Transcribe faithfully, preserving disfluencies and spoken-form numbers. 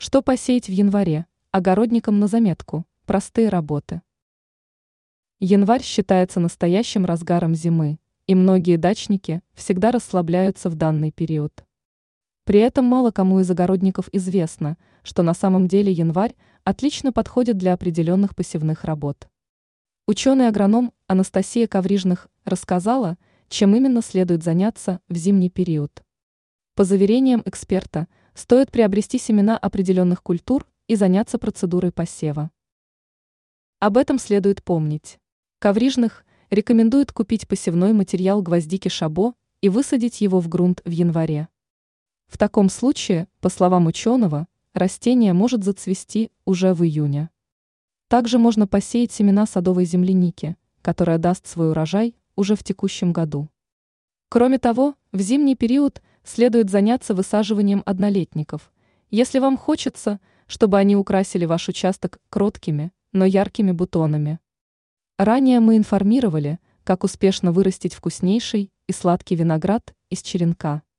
Что посеять в январе? Огородникам на заметку. Простые работы. Январь считается настоящим разгаром зимы, и многие дачники всегда расслабляются в данный период. При этом мало кому из огородников известно, что на самом деле январь отлично подходит для определенных посевных работ. Ученый-агроном Анастасия Коврижных рассказала, чем именно следует заняться в зимний период. По заверениям эксперта, стоит приобрести семена определенных культур и заняться процедурой посева. Об этом следует помнить. Коврижных рекомендует купить посевной материал гвоздики шабо и высадить его в грунт в январе. В таком случае, по словам ученого, растение может зацвести уже в июне. Также можно посеять семена садовой земляники, которая даст свой урожай уже в текущем году. Кроме того, в зимний период следует заняться высаживанием однолетников, если вам хочется, чтобы они украсили ваш участок кроткими, но яркими бутонами. Ранее мы информировали, как успешно вырастить вкуснейший и сладкий виноград из черенка.